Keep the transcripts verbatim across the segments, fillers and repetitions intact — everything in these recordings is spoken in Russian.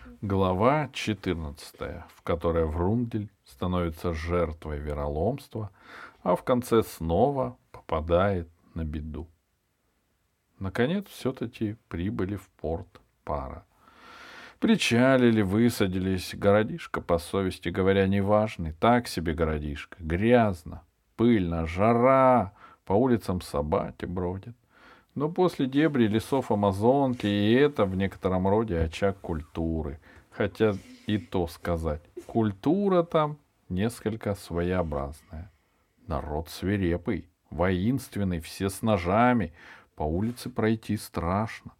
Глава четырнадцатая, в которой Врумдель становится жертвой вероломства, а в конце снова попадает на беду. Наконец, все-таки прибыли в порт Пара. Причалили, высадились. Городишко, по совести говоря, неважный. Так себе городишко. Грязно, пыльно, жара. По улицам собаки бродят. Но после дебри лесов Амазонки и это в некотором роде очаг культуры. Хотя и то сказать, культура там несколько своеобразная. Народ свирепый, воинственный, все с ножами. По улице пройти страшно.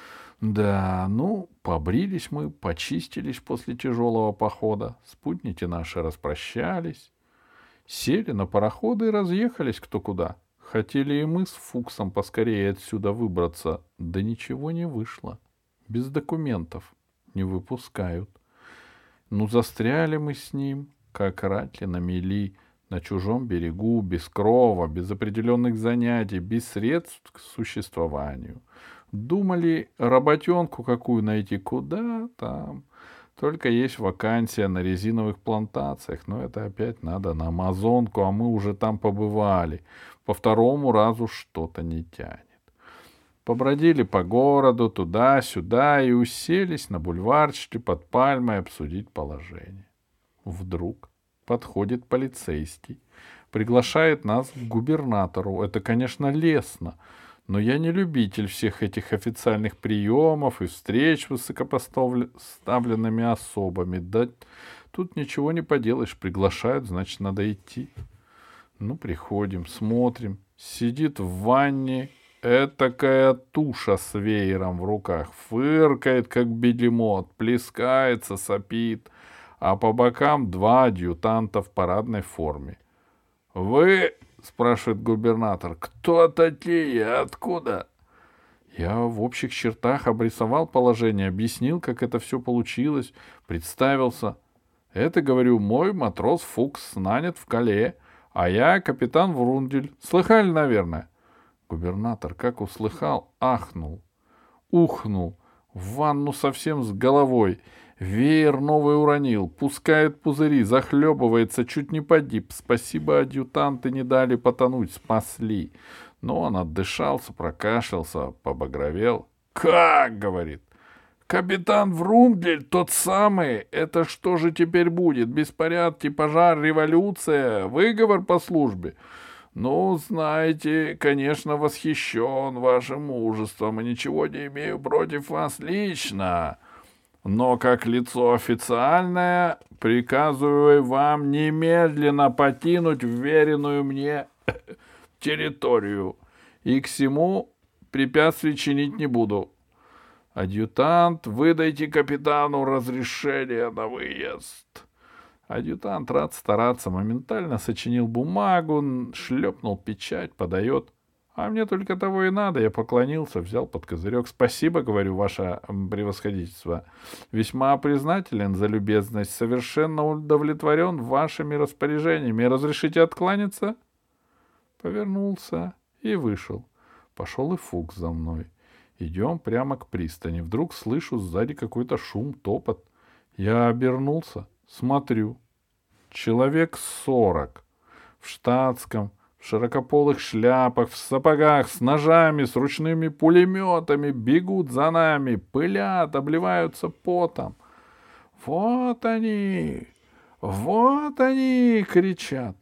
Да, ну, побрились мы, почистились после тяжелого похода. Спутники наши распрощались. Сели на пароходы и разъехались кто куда. Хотели и мы с Фуксом поскорее отсюда выбраться, да ничего не вышло. Без документов не выпускают. Ну, застряли мы с ним, как ратли на мели, на чужом берегу, без крова, без определенных занятий, без средств к существованию. Думали работенку какую найти, куда там. Только есть вакансия на резиновых плантациях, но это опять надо на Амазонку, а мы уже там побывали. По второму разу что-то не тянет. Побродили по городу туда-сюда и уселись на бульварчике под пальмой обсудить положение. Вдруг подходит полицейский, приглашает нас к губернатору. Это, конечно, лестно, но я не любитель всех этих официальных приемов и встреч с высокопоставленными особами. Да тут ничего не поделаешь, приглашают, значит, надо идти. Ну, приходим, смотрим. Сидит в ванне этакая туша с веером в руках, фыркает, как бегемот, плескается, сопит, а по бокам два адъютанта в парадной форме. — Вы, — спрашивает губернатор, — кто такие, откуда? Я в общих чертах обрисовал положение, объяснил, как это все получилось, представился. Это, говорю, мой матрос Фукс нанят в Кале, а я капитан Врундель. Слыхали, наверное? Губернатор, как услыхал, ахнул, ухнул, в ванну совсем с головой, веер новый уронил, пускает пузыри, захлебывается, чуть не погиб. Спасибо, адъютанты не дали потонуть, спасли. Но он отдышался, прокашлялся, побагровел. «Как?» — говорит. «Капитан Врумдель, тот самый. Это что же теперь будет? Беспорядки, пожар, революция, выговор по службе?» «Ну, знаете, конечно, восхищен вашим мужеством и ничего не имею против вас лично. Но как лицо официальное приказываю вам немедленно покинуть вверенную мне территорию и к всему препятствий чинить не буду. Адъютант, выдайте капитану разрешение на выезд». Адъютант, рад стараться, моментально сочинил бумагу, шлепнул печать, подает. А мне только того и надо. Я поклонился, взял под козырек. «Спасибо, — говорю, — ваше превосходительство. Весьма признателен за любезность, совершенно удовлетворен вашими распоряжениями. Разрешите откланяться?» Повернулся и вышел. Пошел и Фукс за мной. Идем прямо к пристани. Вдруг слышу сзади какой-то шум, топот. Я обернулся, смотрю. Человек сорок. В штатском, в широкополых шляпах, в сапогах, с ножами, с ручными пулеметами бегут за нами, пылят, обливаются потом. «Вот они! Вот они!» — кричат.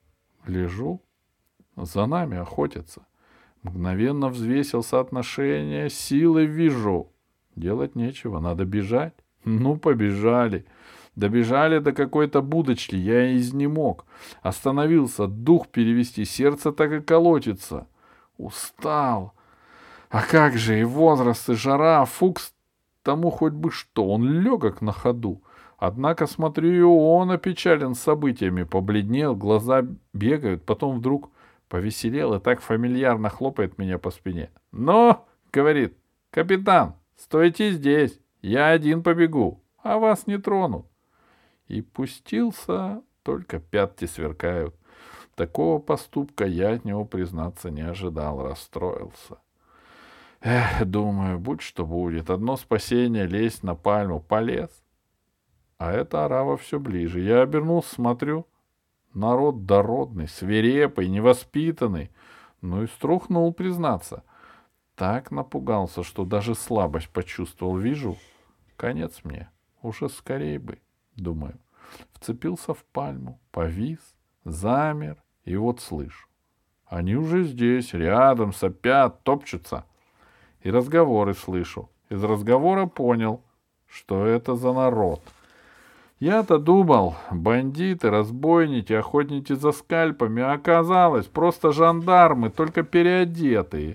Гляжу, за нами охотятся. Мгновенно взвесил соотношение, силы вижу. Делать нечего, надо бежать. Ну, побежали. Добежали до какой-то будочки, я изнемог. Остановился, дух перевести, сердце так и колотится. Устал. А как же и возраст, и жара, Фукс тому хоть бы что, он легок на ходу. Однако, смотрю, и он опечален событиями, побледнел, глаза бегают, потом вдруг повеселел и так фамильярно хлопает меня по спине. «Но, — говорит, — капитан, стойте здесь, я один побегу, а вас не тронут». И пустился, только пятки сверкают. Такого поступка я от него, признаться, не ожидал, расстроился. Эх, думаю, будь что будет. Одно спасение — лезть на пальму. Полез. А эта орава все ближе. Я обернулся, смотрю. Народ дородный, свирепый, невоспитанный. Ну и струхнул, признаться. Так напугался, что даже слабость почувствовал. Вижу, конец мне. Уже скорее бы, думаю. Вцепился в пальму, повис, замер, и вот слышу. Они уже здесь, рядом, сопят, топчутся. И разговоры слышу. Из разговора понял, что это за народ. Я-то думал, бандиты, разбойники, охотники за скальпами, а оказалось, просто жандармы, только переодетые.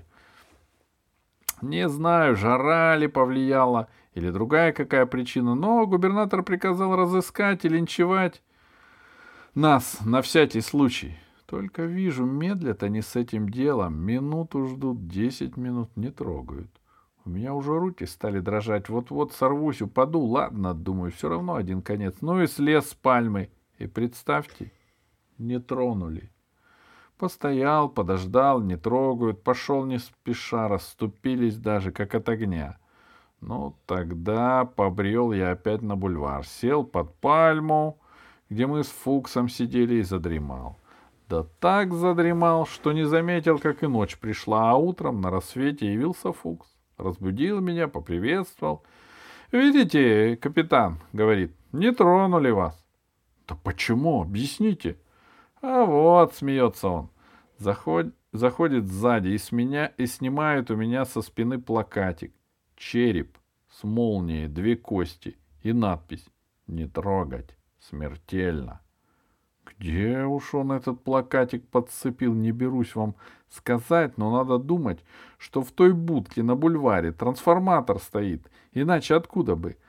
Не знаю, жара ли повлияла, или другая какая причина, но губернатор приказал разыскать и линчевать нас на всякий случай. Только вижу, медлят они с этим делом, минуту ждут, десять минут не трогают. У меня уже руки стали дрожать, вот-вот сорвусь, упаду, ладно, думаю, все равно один конец. Ну и слез с пальмы, и представьте, не тронули. Постоял, подождал, не трогают, пошел не спеша, расступились даже, как от огня. Ну, тогда побрел я опять на бульвар, сел под пальму, где мы с Фуксом сидели, и задремал. Да так задремал, что не заметил, как и ночь пришла, а утром на рассвете явился Фукс. Разбудил меня, поприветствовал. «Видите, капитан, — говорит, — не тронули вас». «Да почему? Объясните». «А вот, — смеется он, — заход... заходит сзади и, с меня... и снимает у меня со спины плакатик. Череп с молнией, две кости и надпись «Не трогать, смертельно». Где уж он этот плакатик подцепил, не берусь вам сказать, но надо думать, что в той будке на бульваре трансформатор стоит, иначе откуда бы?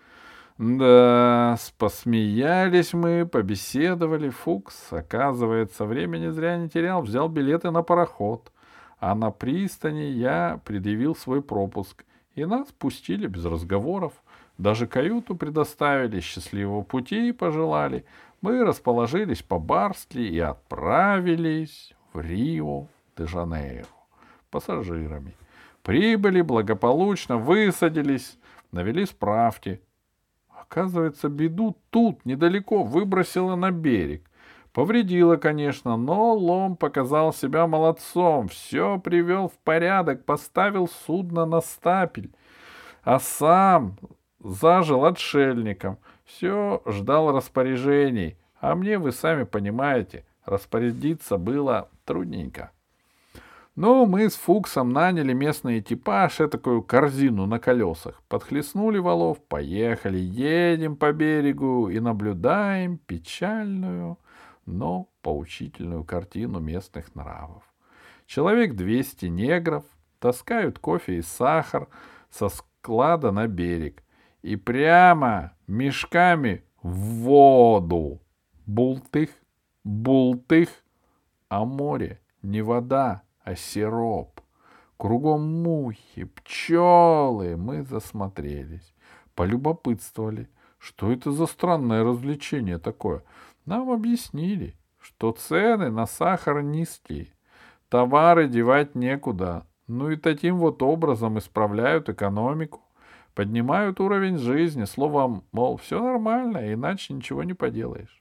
Да, посмеялись мы, побеседовали. Фукс, оказывается, времени зря не терял, взял билеты на пароход, а на пристани я предъявил свой пропуск, и нас пустили без разговоров. Даже каюту предоставили, счастливого пути пожелали. Мы расположились по-барски и отправились в Рио-де-Жанейро пассажирами. Прибыли благополучно, высадились, навели справки. Оказывается, беду тут, недалеко, выбросило на берег. Повредило, конечно, но Лом показал себя молодцом, все привел в порядок, поставил судно на стапель, а сам зажил отшельником. Все ждал распоряжений, а мне, вы сами понимаете, распорядиться было трудненько. Ну, мы с Фуксом наняли местный экипаж, этакую корзину на колесах, подхлестнули валов, поехали, едем по берегу и наблюдаем печальную, но поучительную картину местных нравов. Человек двести негров таскают кофе и сахар со склада на берег и прямо мешками в воду. Бултых, бултых, а море не вода, а сироп. Кругом мухи, пчелы. Мы засмотрелись, полюбопытствовали, что это за странное развлечение такое. Нам объяснили, что цены на сахар низкие, товары девать некуда, ну и таким вот образом исправляют экономику, поднимают уровень жизни, словом, мол, все нормально, иначе ничего не поделаешь.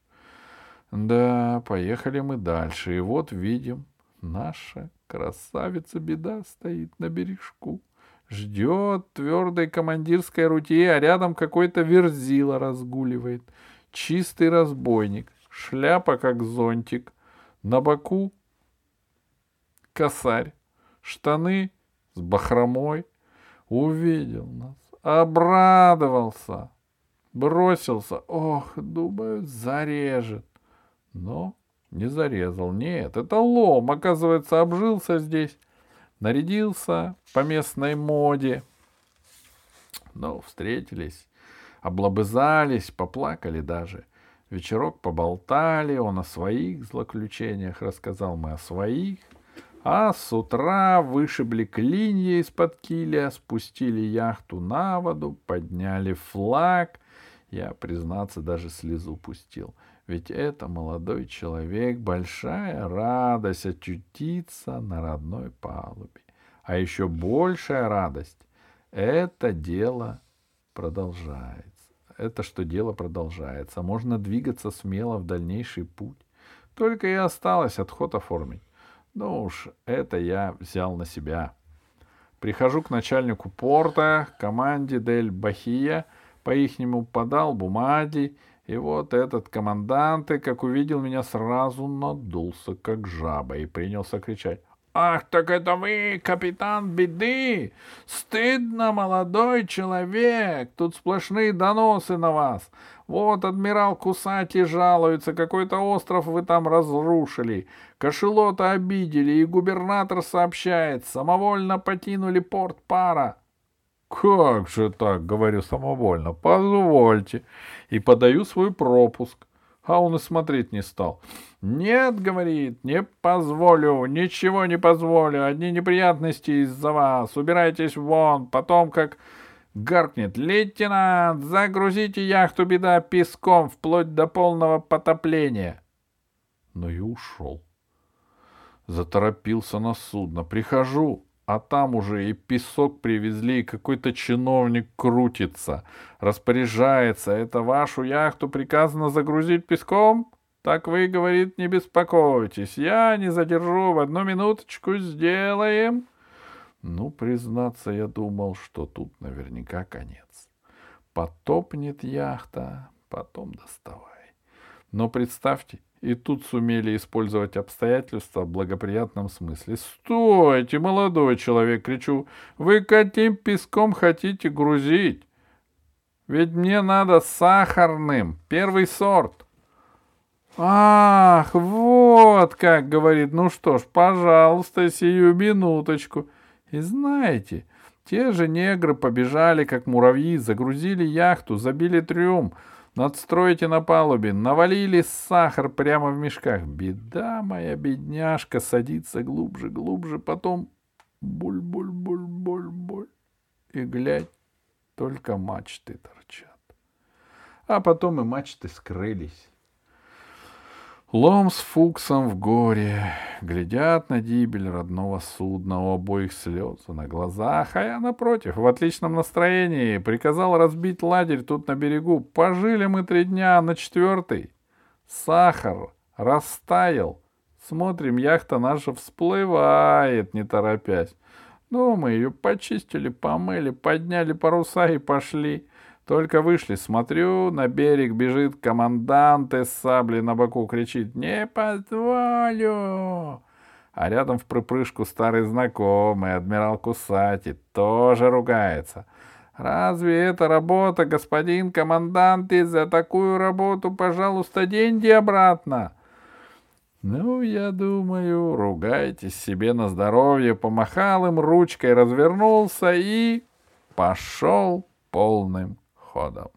Да, поехали мы дальше, и вот видим, наша красавица-беда стоит на бережку, ждет твердой командирской рути, а рядом какой-то верзила разгуливает, чистый разбойник, шляпа как зонтик, на боку косарь, штаны с бахромой. Увидел нас, обрадовался, бросился. Ох, думаю, зарежет. Но не зарезал. Нет, это Лом, оказывается, обжился здесь, нарядился по местной моде. Ну, встретились, облобызались, поплакали даже. Вечерок поболтали, он о своих злоключениях рассказал, мы о своих. А с утра вышибли клинья из-под киля, спустили яхту на воду, подняли флаг. Я, признаться, даже слезу пустил. Ведь это, молодой человек, большая радость очутиться на родной палубе. А еще большая радость — это дело продолжается. Это что дело продолжается. Можно двигаться смело в дальнейший путь. Только и осталось отход оформить. Ну уж это я взял на себя. Прихожу к начальнику порта, команде Дель Бахия, по-ихнему подал бумаги, и вот этот командант, как увидел меня, сразу надулся, как жаба, и принялся кричать: «Ах, так это вы, капитан Беды! Стыдно, молодой человек! Тут сплошные доносы на вас! Вот адмирал Кусати жалуется, какой-то остров вы там разрушили, кашелота обидели, и губернатор сообщает, самовольно покинули порт Пара». «Как же так?» — говорю самовольно. «Позвольте». И подаю свой пропуск. А он и смотреть не стал. «Нет, — говорит, — не позволю, ничего не позволю, одни неприятности из-за вас, убирайтесь вон, потом как гаркнет: лейтенант, загрузите яхту Беда песком вплоть до полного потопления». Ну и ушел. Заторопился на судно. Прихожу, а там уже и песок привезли, и какой-то чиновник крутится, распоряжается: это вашу яхту приказано загрузить песком? Так вы, говорит, не беспокойтесь, я не задержу, в одну минуточку сделаем. Ну, признаться, я думал, что тут наверняка конец. Потопнет яхта, потом доставай. Но представьте, и тут сумели использовать обстоятельства в благоприятном смысле. «Стойте, молодой человек!» — кричу. «Вы каким песком хотите грузить? Ведь мне надо сахарным, первый сорт». «Ах, вот как!» — говорит. «Ну что ж, пожалуйста, сию минуточку». И знаете, те же негры побежали, как муравьи, загрузили яхту, забили трюм, надстроите на палубе, навалили сахар прямо в мешках. Беда моя, бедняжка, садится глубже, глубже, потом буль-буль-буль-буль-буль. И глядь, только мачты торчат. А потом и мачты скрылись. Лом с Фуксом в горе, глядят на гибель родного судна, у обоих слезы на глазах, а я, напротив, в отличном настроении, приказал разбить лагерь тут на берегу. Пожили мы три дня, на четвертый сахар растаял. Смотрим, яхта наша всплывает, не торопясь. Ну, мы ее почистили, помыли, подняли паруса и пошли. Только вышли, смотрю, на берег бежит командант с саблей на боку, кричит: «Не позволю!» А рядом в припрыжку старый знакомый, адмирал Кусати, тоже ругается. «Разве это работа, господин командант, и за такую работу, пожалуйста, деньги обратно?» Ну, я думаю, ругайтесь себе на здоровье, помахал им ручкой, развернулся и пошел полным ходом.